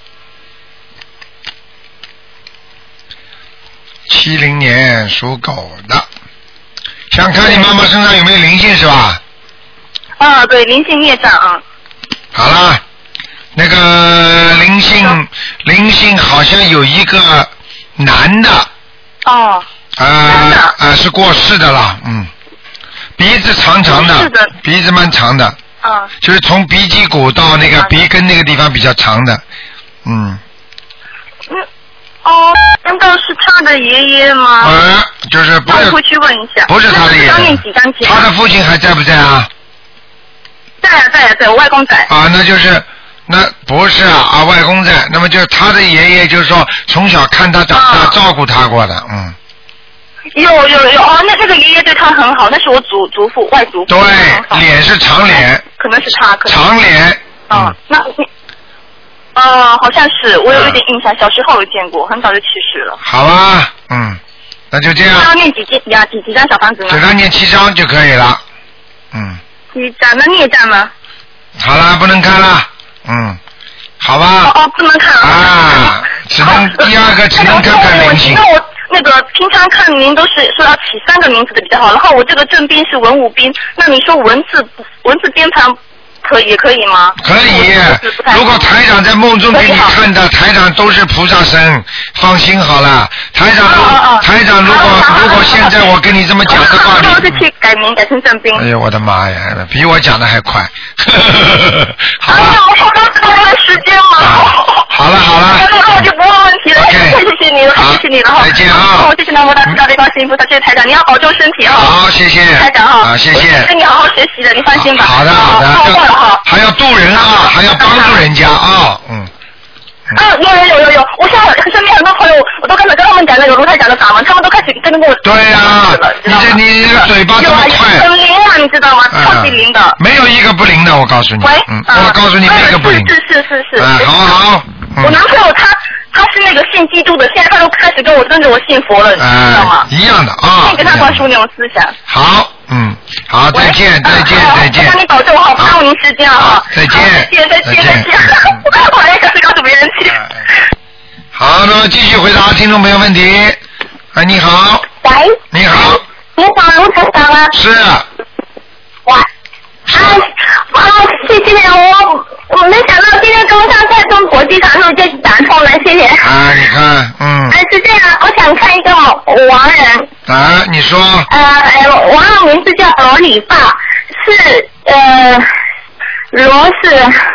七零年属狗的，想看你妈妈身上有没有灵性是吧？ 啊，对，灵性孽障啊。 好了，那个灵性，灵性好像有一个男的。 哦。 啊啊、呃，是过世的了，嗯。鼻子长长的， 是的鼻子蛮长的， 啊， 就是从鼻脊骨到那个鼻根那个地方比较长的，嗯。 嗯，哦，难道是他的爷爷吗？ 呃，就是不是。 我回去问一下。 不是他的爷爷。他的父亲还在不在啊？ 在啊，在啊，在，我外公在。 啊，那就是那不是啊啊，外公在，那么就是他的爷爷，就是说从小看他长大，啊、照顾他过的，嗯。 有有有哦，那那个爷爷对他很好，那是我祖祖父外祖父。 对，脸是长脸。 可能是他。可能长脸。 啊、嗯，那你，哦，好像是，我有一点印象，小时候有见过，很早就去世了。 好啊，嗯，那就这样。 要念几几呀？几几张小房子呢？ 给他念七张就可以了，嗯。 七张，那孽障呢？ 好了，不能看了，嗯，好吧。 哦哦，不能看了。 啊，只能第二个只能看看灵性。 那我那个平常看您都是说要起三个名字的比较好，然后我这个正斌是文武斌，那你说文字文字编排可以也可以吗？ 可以，如果台长在梦中给你看的，台长都是菩萨身，放心好了。台长如、哦哦、台长如果如果现在我跟你这么讲的话， 你我是去改名改成正斌。 哎呦我的妈呀，比我讲的还快。好了。 哎呀，我好长的时间了。 啊好了好了， 那我就不问问题了。 Okay, 谢谢你了，谢谢你了哈。 再见啊！ 谢谢南无大慈大悲观世音菩萨，谢谢台长，你要保重身体哈。 好，谢谢。 台长哈， 啊，谢谢。 跟你好好学习的，你放心吧。 好的好的。 好还要渡人啊，还要帮助人家啊，嗯。 啊，有有有有有，我现在身边很多朋友，我都开始跟他们讲那个卢台讲的法门，他们都开始跟着我。 对呀、啊，你这你这个嘴巴这么快。 很灵啊，你知道吗？超级灵的。 没有一个不灵的，我告诉你。 喂。 嗯，我告诉你没有一个不灵。 是是是是是。 啊，好好。 我男朋友他他是那个信基督的，现在他都开始跟我跟着我信佛了，你知道吗？ 一样的啊。 你给他灌输那种思想。 好，嗯，好，再见再见再见。 让你保重好，耽误您时间啊。 再见再见再见再见。我也可是告诉别人去。 好，那么继续回答听众朋友问题。哎，你好。 喂。 你好。 你好，卢台长啊。 是。 哇。啊啊！谢谢我，我没想到今天中上在中国际长路就打通了，谢谢。 啊，你看，嗯。 哎，是这样，我想看一个亡人。 啊，你说。 呃，亡人名字叫罗理发，是呃，罗是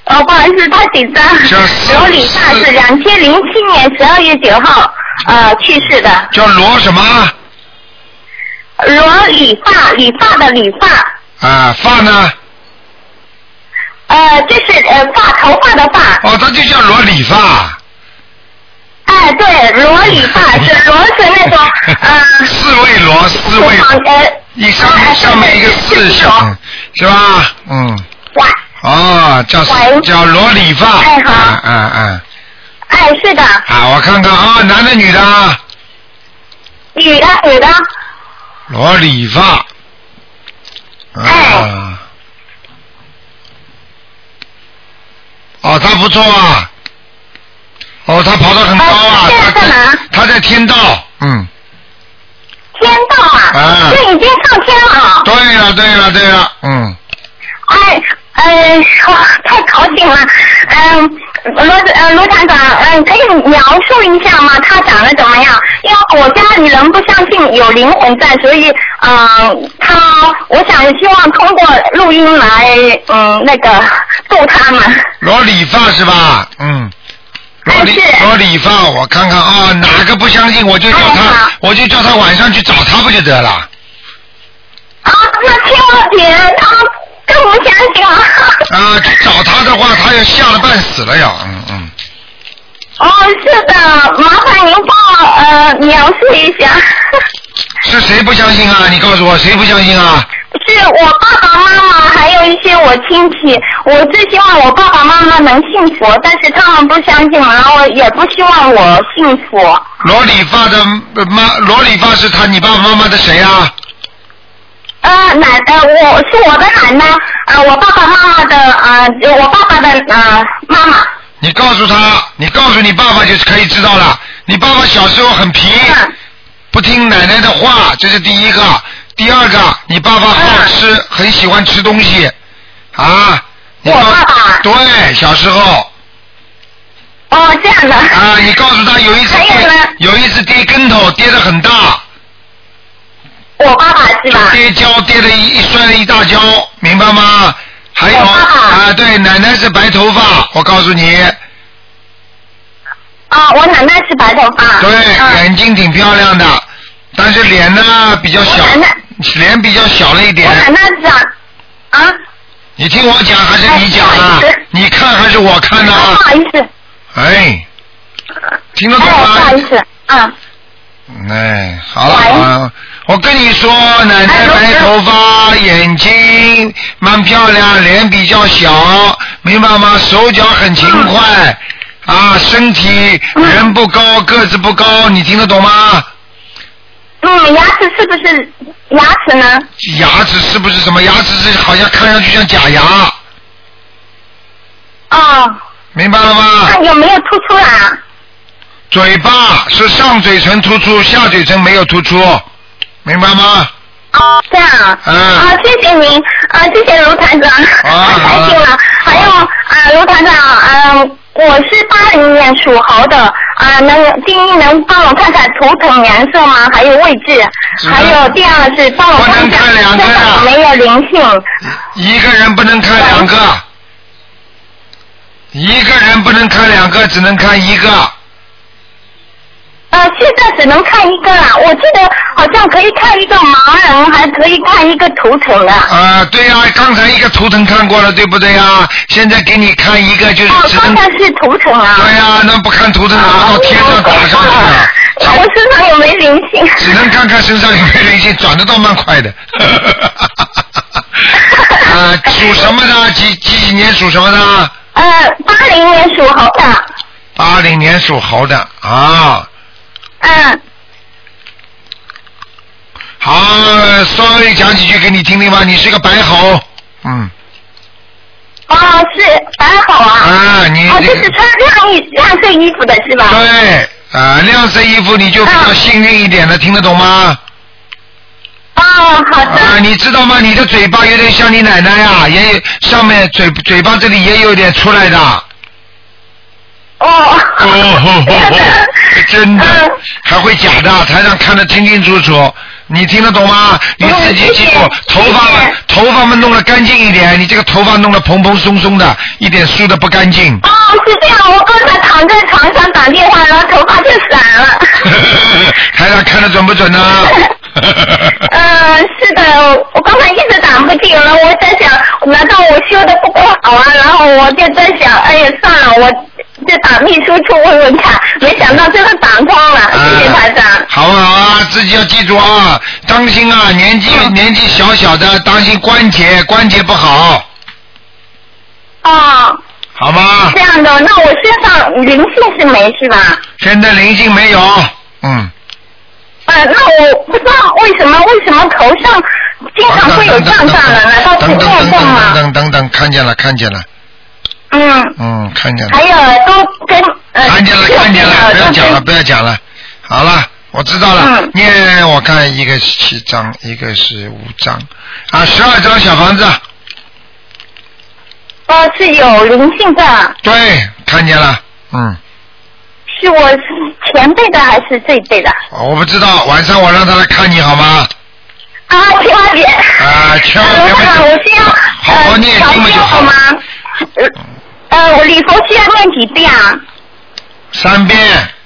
哦，不好意思，太紧张。罗理发是两千零七年十二月九号呃去世的。 叫罗什么？ 罗理发，理发的理发。 啊，发呢？ 呃，就是呃发头发的发。 哦，他就叫罗理发。 哎，对，罗理发是罗是那种呃。 四位罗，四位。 呃。 一上上面一个四上，是吧？嗯。 哇。 哦，叫叫罗理发。 哎好。 嗯嗯。 哎，是的。 啊，我看看啊，男的女的？ 女的，女的。 罗理发。啊。 哎。 哦，他不错啊。哦，他跑得很高啊。 现在在哪？ 他在天道，嗯。 天道啊。 啊。 这已经上天了。 对了，对了，对了，嗯。 哎，呃，太高兴了。嗯，罗呃罗团长，嗯，可以描述一下吗？他长得怎么样？因为我家里人不相信有灵魂在，所以嗯，他我想希望通过录音来嗯那个逗他们。 罗理发是吧？嗯。罗理罗理发，我看看啊，哪个不相信我就叫他，我就叫他晚上去找他不就得了？ 啊，那千万别，他们更不相信了。 啊，去找他的话，他要吓得半死了呀，嗯嗯。 哦，是的，麻烦您帮我呃描述一下。 是谁不相信啊？你告诉我，谁不相信啊？ 是我爸爸妈妈，还有一些我亲戚。我最希望我爸爸妈妈能信佛，但是他们不相信，然后也不希望我信佛。 罗理发的妈，罗理发是他你爸爸妈妈的谁啊？ 呃，奶呃，我是我的奶奶，呃，我爸爸妈妈的呃，我爸爸的呃妈妈。 你告诉他，你告诉你爸爸就可以知道了。你爸爸小时候很皮，嗯、不听奶奶的话，这是第一个。第二个，你爸爸好吃，嗯、很喜欢吃东西，啊。 我爸爸。 对，小时候。 哦，这样的。 啊，你告诉他有一次跌，有一次跌跟头，跌得很大。 我爸爸是吧？ 跌跤跌了一摔了一大跤，明白吗？还有啊，对，奶奶是白头发，我告诉你。 啊，我奶奶是白头发。 对，嗯、眼睛挺漂亮的，但是脸呢比较小，脸比较小了一点。 我奶奶是啊。啊？ 你听我讲还是你讲啊？你看还是我看呢、啊？ 不好意思。 哎，听得懂吗？ 哎，不好意思，嗯。 哎，好了啊，我跟你说，奶奶白头发，眼睛蛮漂亮，脸比较小，明白吗？手脚很勤快，啊，身体人不高，个子不高，你听得懂吗？ 嗯，牙齿是不是牙齿呢？ 牙齿是不是什么？牙齿是好像看上去像假牙。 哦。 明白了吗？ 那有没有突出啊？ 嘴巴是上嘴唇突出，下嘴唇没有突出，明白吗？ 哦，这样啊。嗯。啊，谢谢您，啊，谢谢卢团长，太开心了。还有啊，卢团长，嗯，我是八零年属猴的，啊，能第一能帮我看看图腾颜色吗？还有位置？还有第二是帮我看看身上有没有灵性？ 一个人不能看两个，一个人不能看两个，只能看一个。 呃，现在只能看一个啦。我记得好像可以看一个盲人，还可以看一个图腾的。 啊，对呀、啊，刚才一个图腾看过了，对不对呀、啊？现在给你看一个，就是只能。 哦，刚才是图腾啊。 对呀、啊，那不看图腾，怎么到天上打上去啊？ 那我身上有没灵性？ 只能看看身上有没灵性，转得倒蛮快的。啊，属什么的？几几几年属什么的？ 呃，八零年属猴的。 八零年属猴的啊。 嗯。 好，稍微讲几句给你听听吧。你是个白猴，嗯。 哦，是白猴啊。 啊，你。 哦，这是穿亮衣亮色衣服的是吧？ 对，啊，亮色衣服你就比较幸运一点了，嗯、听得懂吗？ 哦，好的。 啊，你知道吗？你的嘴巴有点像你奶奶啊，也上面嘴嘴巴这里也有点出来的。 哦， 哦哦哦哦，真的，还会假的，台上看得清清楚楚你听得懂吗？你自己记住，头发们头发们弄得干净一点，你这个头发弄得蓬蓬松松的，一点梳的不干净。 哦，是这样，我刚才躺在床上打电话，然后头发就散了。 台长看得准不准呢？ 嗯，是的，我我刚才一直打不进了，我在想，难道我修的不够好啊？然后我就在想，哎呀，算了，我就打秘书处问问看，没想到真的打通了，谢谢台长。 好不好啊？自己要记住啊，当心啊，年纪、嗯、年纪小小的，当心关节，关节不好。 哦。 好吗？ 这样的，那我身上灵性是没是吧？ 现在灵性没有，嗯。 呃，那我不知道为什么为什么头上经常会有胀胀的，难道是噩梦吗？ 等等等等，看见了看见了。 嗯。 嗯，看见了。 还有都跟呃。 看见了看见了，不要讲了不要讲了，好了，我知道了。嗯。念我看一个是七张，一个是五张，啊，十二张小房子。 哦，是有灵性的。 对，看见了，嗯。 是我前辈的还是这一辈的？ 我不知道，晚上我让他来看你好吗？ 啊，千万别！ 啊，千万别！ 呃、我需要好好念经嘛就好吗？呃，呃，我礼佛需要念几遍啊？ 三遍。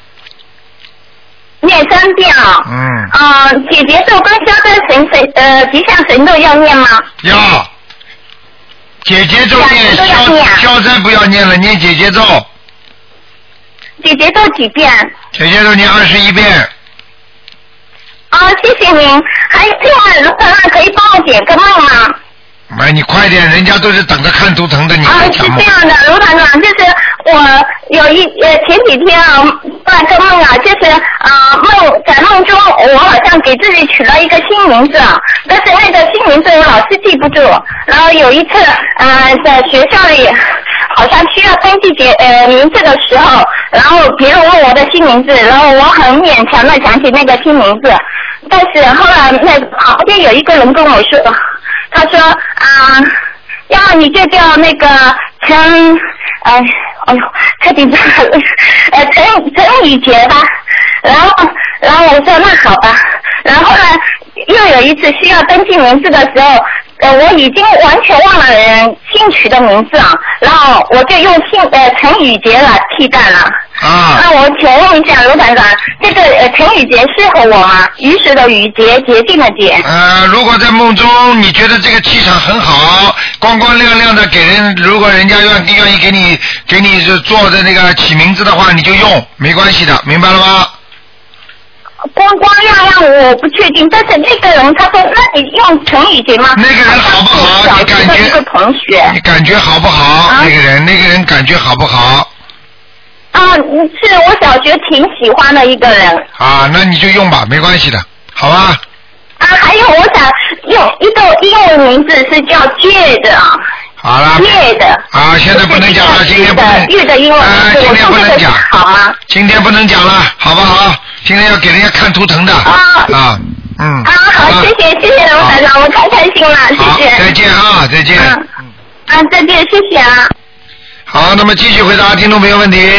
念三遍啊？ 嗯。 啊、呃，姐姐咒跟消灾神神呃吉祥神咒要念吗？ 要。姐姐咒念，消消灾不要念了，念姐姐咒。 姐姐咒几遍？ 姐姐咒念二十一遍。 啊，谢谢您。还有另外，卢台长可以帮我解个梦吗？ 哎，你快点，人家都是等着看图腾的，你啊，是这样的，卢台长，就是我有一呃前几天啊做个梦啊，就是啊梦在梦中我好像给自己取了一个新名字，但是那个新名字我老是记不住。然后有一次呃在学校里好像需要登记结呃名字的时候，然后别人问我的新名字，然后我很勉强的想起那个新名字，但是后来那旁边有一个人跟我说。他说啊，要么你就叫那个陈，哎，哎呦，太紧张了，呃，陈陈雨杰吧。然后，然后我说那好吧。然后呢，又有一次需要登记名字的时候，呃，我已经完全忘了人新取的名字啊，然后我就用姓呃陈雨杰来替代了。 啊。 那我请问一下卢团长，这个呃陈雨杰适合我吗？雨水的雨洁，洁净的洁。 呃，如果在梦中你觉得这个气场很好，光光亮亮的给人，如果人家愿愿意给你给你做的那个起名字的话，你就用，没关系的，明白了吗？ 光光亮亮我不确定，但是那个人他说，那你用陈雨杰吗？ 那个人好不好？你感觉？ 一个同学。 你感觉好不好？啊、那个人，那个人感觉好不好？ 啊，是我小学挺喜欢的一个人。 啊，那你就用吧，没关系的，好吧？ 啊，还有我想用一个英文名字是叫 J 的。 好了。 月的。 啊，现在不能讲了，今天不能。 月的英文名字， 今天不能讲， 好吗？ 今天不能讲了，好不好？今天要给人家看图腾的。 啊。 啊，嗯。 啊，好，谢谢谢谢卢台长，我太开心了，谢谢。 再见啊，再见。 嗯。啊，再见，谢谢啊。 好，那么继续回答听众朋友问题。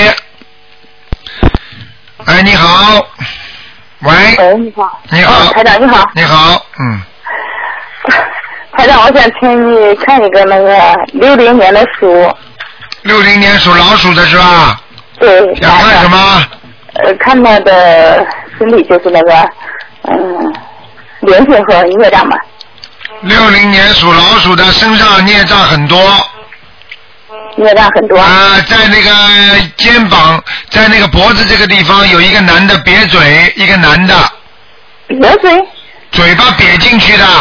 哎，你好。喂。 喂，你好。 你好。 哦、台长你好。 你好，嗯。 台长，我想请你看一个那个六零年的鼠。 六零年属老鼠的是吧？ 对。 想看什么？ 呃，看他的身体，就是那个嗯，灵性和业障嘛。 六零年属老鼠的身上孽障很多。 孽障很多。 啊，在那个肩膀，在那个脖子这个地方有一个男的瘪嘴，一个男的。 瘪嘴。 嘴巴瘪进去的。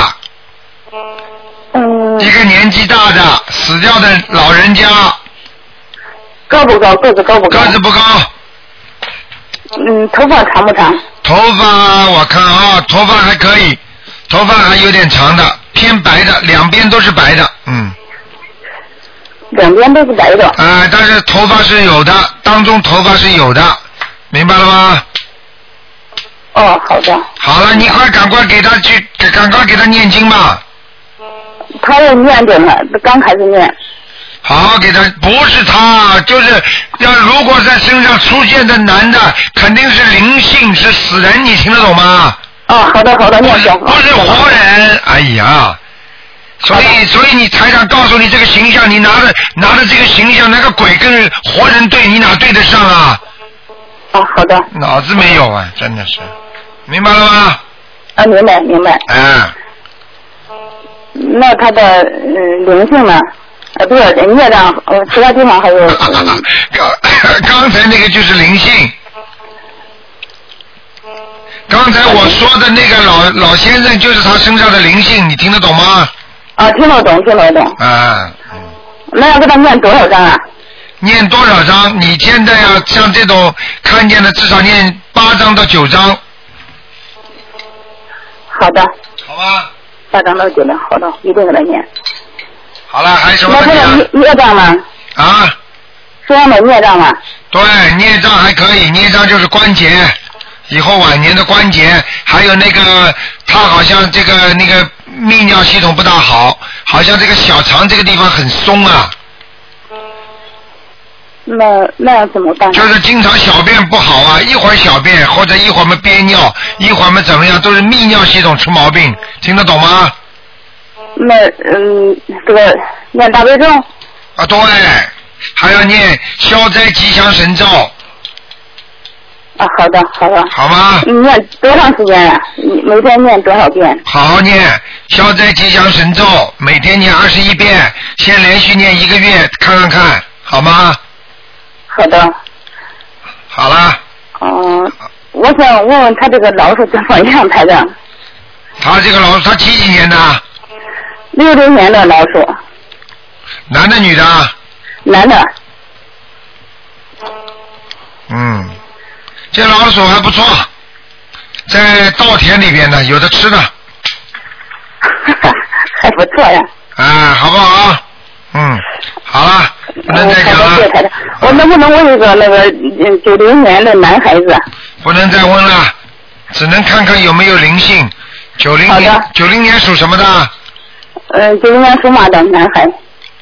嗯。 一个年纪大的死掉的老人家。 高不高？个子高不高？ 个子不高。 嗯，头发长不长？ 头发我看啊，头发还可以，头发还有点长的，偏白的，两边都是白的，嗯。 两边都是白的。 啊、呃，但是头发是有的，当中头发是有的，明白了吗？ 哦，好的。 好了，你快赶快给他去，赶快给他念经吧。 他要念着呢，刚开始念。 好好给他，不是他，就是要如果在身上出现的男的，肯定是灵性，是死人，你听得懂吗？ 哦，好的好的，念小房不是活人，哎呀。所以，所以你台长告诉你这个形象，你拿着拿着这个形象，那个鬼跟活人对，你哪对得上啊？ 啊，好的。 脑子没有啊，真的是，明白了吗？ 啊，明白明白。 哎。 那他的嗯灵性呢？呃，不是孽障，呃，其他地方还有。嗯、 刚刚才那个就是灵性。刚才我说的那个老老先生就是他身上的灵性，你听得懂吗？ 啊，听得懂，听得懂。 啊，嗯。 那要给他念多少章啊？ 念多少章？你现在要像这种看见的，至少念八章到九章。 好的。 好吧。 八章到九章，好的，一定给他念。 好了，还有什么问题啊？ 那这个孽障吗？ 啊。 身上的孽障吗？ 对，孽障还可以，孽障就是关节。以后晚年的关节，还有那个他好像这个那个泌尿系统不大好，好像这个小肠这个地方很松啊。 那那要怎么办？ 就是经常小便不好啊，一会儿小便或者一会儿嘛憋尿，一会儿嘛怎么样，都是泌尿系统出毛病，听得懂吗？ 那嗯，这个念大悲咒。 啊，对，还要念消灾吉祥神咒。 啊，好的，好的。 好吗？ 你念多长时间呀、啊？你每天念多少遍？ 好好念消灾吉祥神咒，每天念二十一遍，先连续念一个月，看看看，好吗？ 好的。 好了。 嗯、呃，我想问问他这个老鼠怎么样，台长？ 他这个老鼠，他几几年的？ 六零年的老鼠。 男的女的？ 男的。 嗯。这老鼠还不错，在稻田里边呢，有的吃的。 还不错呀。 啊，好不好？嗯，好了，不能再讲了。 谢谢台长。我能不能问一个那个九零年的男孩子？ 不能再问了，只能看看有没有灵性。九零年，九零年属什么的？ 嗯，九零年属马的男孩。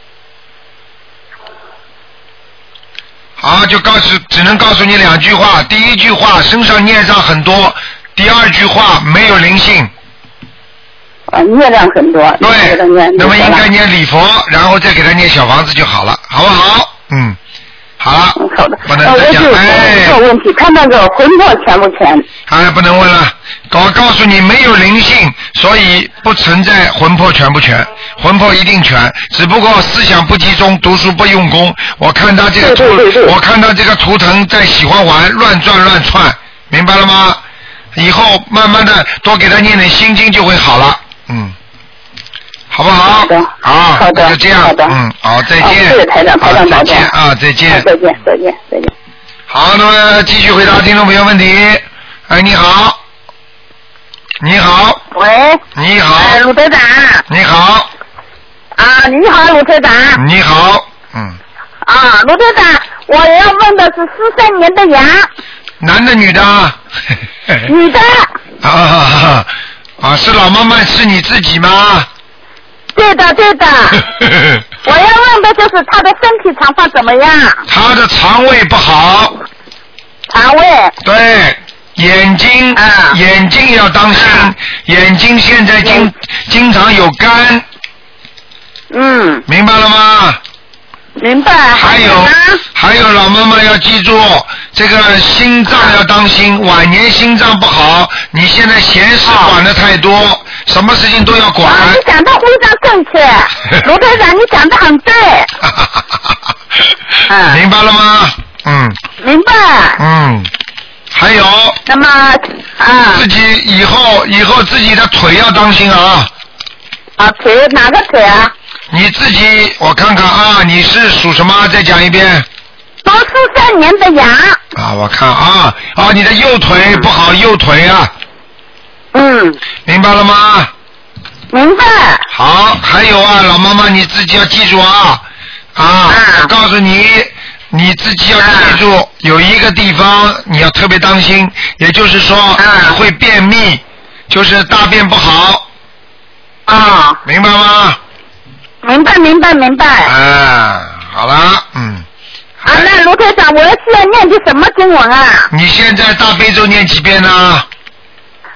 好，就告诉，只能告诉你两句话。第一句话，身上孽障很多；第二句话，没有灵性。 啊，孽障很多。 对，那么应该念礼佛，然后再给他念小房子就好了，好不好？嗯，好了。 嗯，好的。 不能再讲。 哎，这个问题，他那个魂魄全不全？ 哎，不能问了。我告诉你，没有灵性，所以不存在魂魄全不全。魂魄一定全，只不过思想不集中，读书不用功。我看他这个图，我看他这个图腾在喜欢玩，乱转乱窜，明白了吗？以后慢慢的多给他念点心经就会好了，嗯，好不好？ 好的， 好， 好的， 就这样， 好的， 嗯，好，再见。 谢谢台长，台长再见啊，再见。 再见，再见，再见。 好，那么继续回答听众朋友问题。哎，你好，你好。 喂。 你好。 哎，鲁队长。 你好。 啊，你好，鲁队长。 你好，嗯。 啊，鲁队长，我要问的是四三年的羊。 男的，女的？ 女的。 啊啊啊！是老妈妈，是你自己吗？ 对的，对的。我要问的就是他的身体状况怎么样？ 他的肠胃不好。 肠胃。 对。眼睛， 啊、 眼睛要当心，啊、眼睛现在经经常有干。 嗯。 明白了吗？ 明白。 还有还有，老妈妈要记住，这个心脏要当心，晚年心脏不好。你现在闲事管的太多，啊、什么事情都要管。 啊、你讲的非常正确，卢队长，你讲的很对。 啊、明白了吗？嗯。 明白。 嗯。还有， 那么啊， 自己以后以后自己的腿要当心啊。 啊，腿哪个腿啊？ 你自己，我看看啊，你是属什么？再讲一遍。 属四三年的羊。 啊，我看啊啊，你的右腿不好，右腿啊。 嗯。 明白了吗？ 明白。 好，还有啊，老妈妈你自己要记住啊啊！啊我告诉你。你自己要记住，啊、有一个地方你要特别当心，也就是说、啊、会便秘，就是大便不好。 啊， 明白吗？ 明白，明白，明白。 啊，好了，嗯。 啊，那卢台长，我要需要念的什么经文啊？ 你现在大悲咒念几遍呢？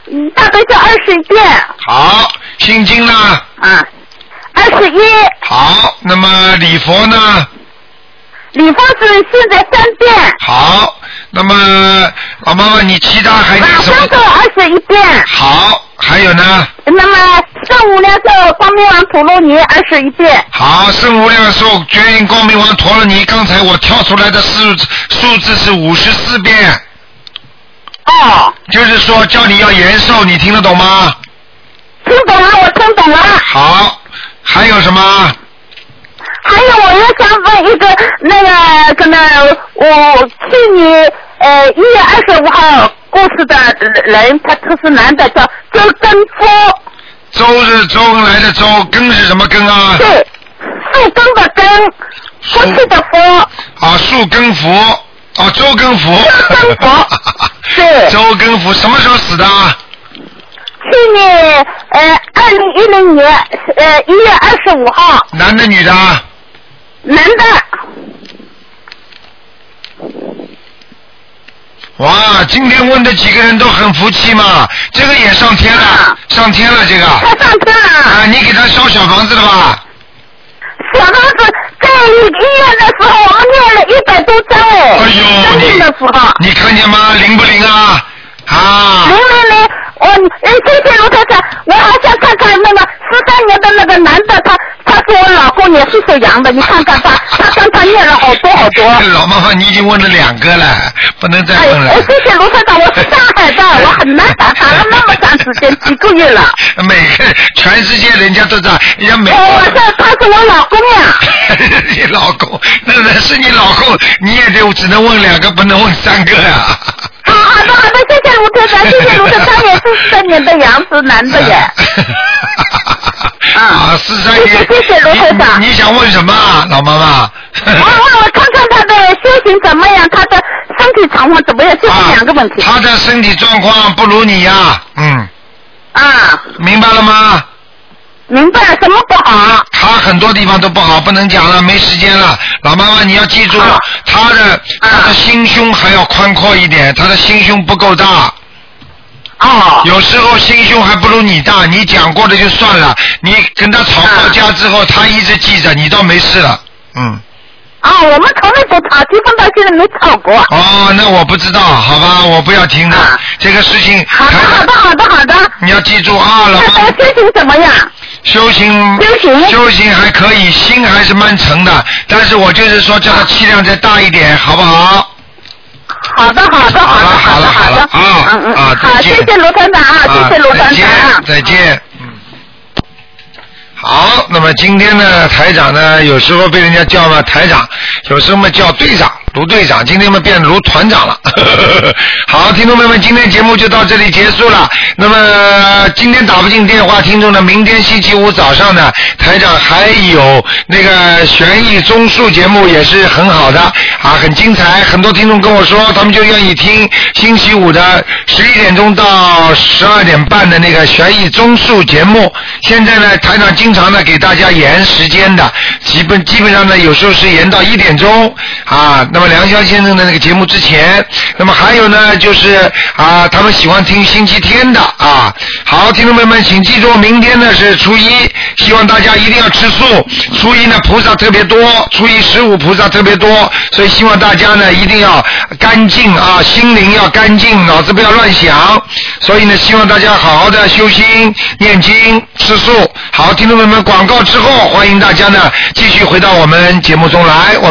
大悲咒二十一遍。 好，心经呢？ 啊，二十一。 好，那么礼佛呢？ 礼佛是现在三遍。 好，那么老妈妈，你其他还有什么？ 往生咒二十一遍。 好，还有呢？ 那么圣无量寿光明王陀罗尼二十一遍。 好，圣无量寿决印光明王陀罗尼，刚才我跳出来的数数字是五十四遍。 哦。 就是说叫你要延寿，你听得懂吗？ 听懂了，我听懂了。 好，还有什么？ 还有，我又想问一个，那个，可能我去年呃一月二十五号过世的人，他他是男的，叫周根夫。 周是周恩来的周，根是什么根啊？ 对，树根的根，过去的夫。 啊，树根福，哦，周根福。 周根福。对。 周根福什么时候死的？ 去年呃二零一零年呃一月二十五号。 男的女的？ 男的。 哇，今天问的几个人都很服气嘛，这个也上天了，啊、上天了这个。 他上天了。 啊，你给他烧小房子了吧？ 小房子在医院的时候，我们念了一百多张哎。 哎呦，你的时候你看见吗？灵不灵啊？啊。 灵灵灵，我哎，谢谢卢太太，我还想看看那个十三年的那个男的，他他是我老公，也是属羊的，你看看他，他刚才念了好多好多。 老妈妈，你已经问了两个了，不能再问了。 哎，谢谢卢太太，我是上海的，我很难打，打了那么长时间，几个月了。 每个全世界人家都知道，人家每。 哦，我这他是我老公呀。 你老公，那那是你老公，你也得只能问两个，不能问三个呀、啊。 好好的好的，谢谢卢太太，谢谢卢太太，也是三年的羊是男的耶。 啊，四三年。 谢谢卢太太。 你想问什么啊，老妈妈？ 我我我看看他的修行怎么样，他的身体状况怎么样，就是两个问题。 他的身体状况不如你呀、啊，嗯。 啊。 明白了吗？ 明白了，什么不好？ 他很多地方都不好，不能讲了，没时间了。老妈妈，你要记住，啊、他的他的心胸还要宽阔一点，他的心胸不够大。 哦。 有时候心胸还不如你大，你讲过了就算了，你跟他吵过架之后，啊、他一直记着，你倒没事了，嗯。 啊、哦，我们从来不吵，结婚到现在没吵过。 哦，那我不知道，好吧，我不要听的、啊、这个事情。 好的，好的，好的，好的。 你要记住啊，老妈。 他修行怎么样？ 修行， 修行， 修行还可以，心还是蛮沉的，但是我就是说，叫他气量再大一点，好不好？ 好的，好的，好的， 好的，好的，啊， 嗯嗯， 啊， 好，谢谢罗团长啊，谢谢罗团长啊， 再见。好，那么今天呢，台长呢，有时候被人家叫嘛台长，有时候嘛叫队长，卢队长，今天嘛变卢团长了。好，听众朋友们，今天节目就到这里结束了。那么今天打不进电话，听众呢，明天星期五早上呢，台长还有那个悬疑综述节目也是很好的啊，很精彩。很多听众跟我说，他们就愿意听星期五的十一点钟到十二点半的那个悬疑综述节目。现在呢，台长经常呢给大家延时间的，基本基本上呢有时候是延到一点钟啊。那么梁霄先生的那个节目之前，那么还有呢就是啊他们喜欢听星期天的啊。好，听众朋友们请记住，明天呢是初一，希望大家一定要吃素。初一呢菩萨特别多，初一十五菩萨特别多，所以希望大家呢一定要干净啊，心灵要干净，脑子不要乱想。所以呢希望大家好好的修心念经吃素。好，听众朋友们，广告之后，欢迎大家呢继续回到我们节目中来。我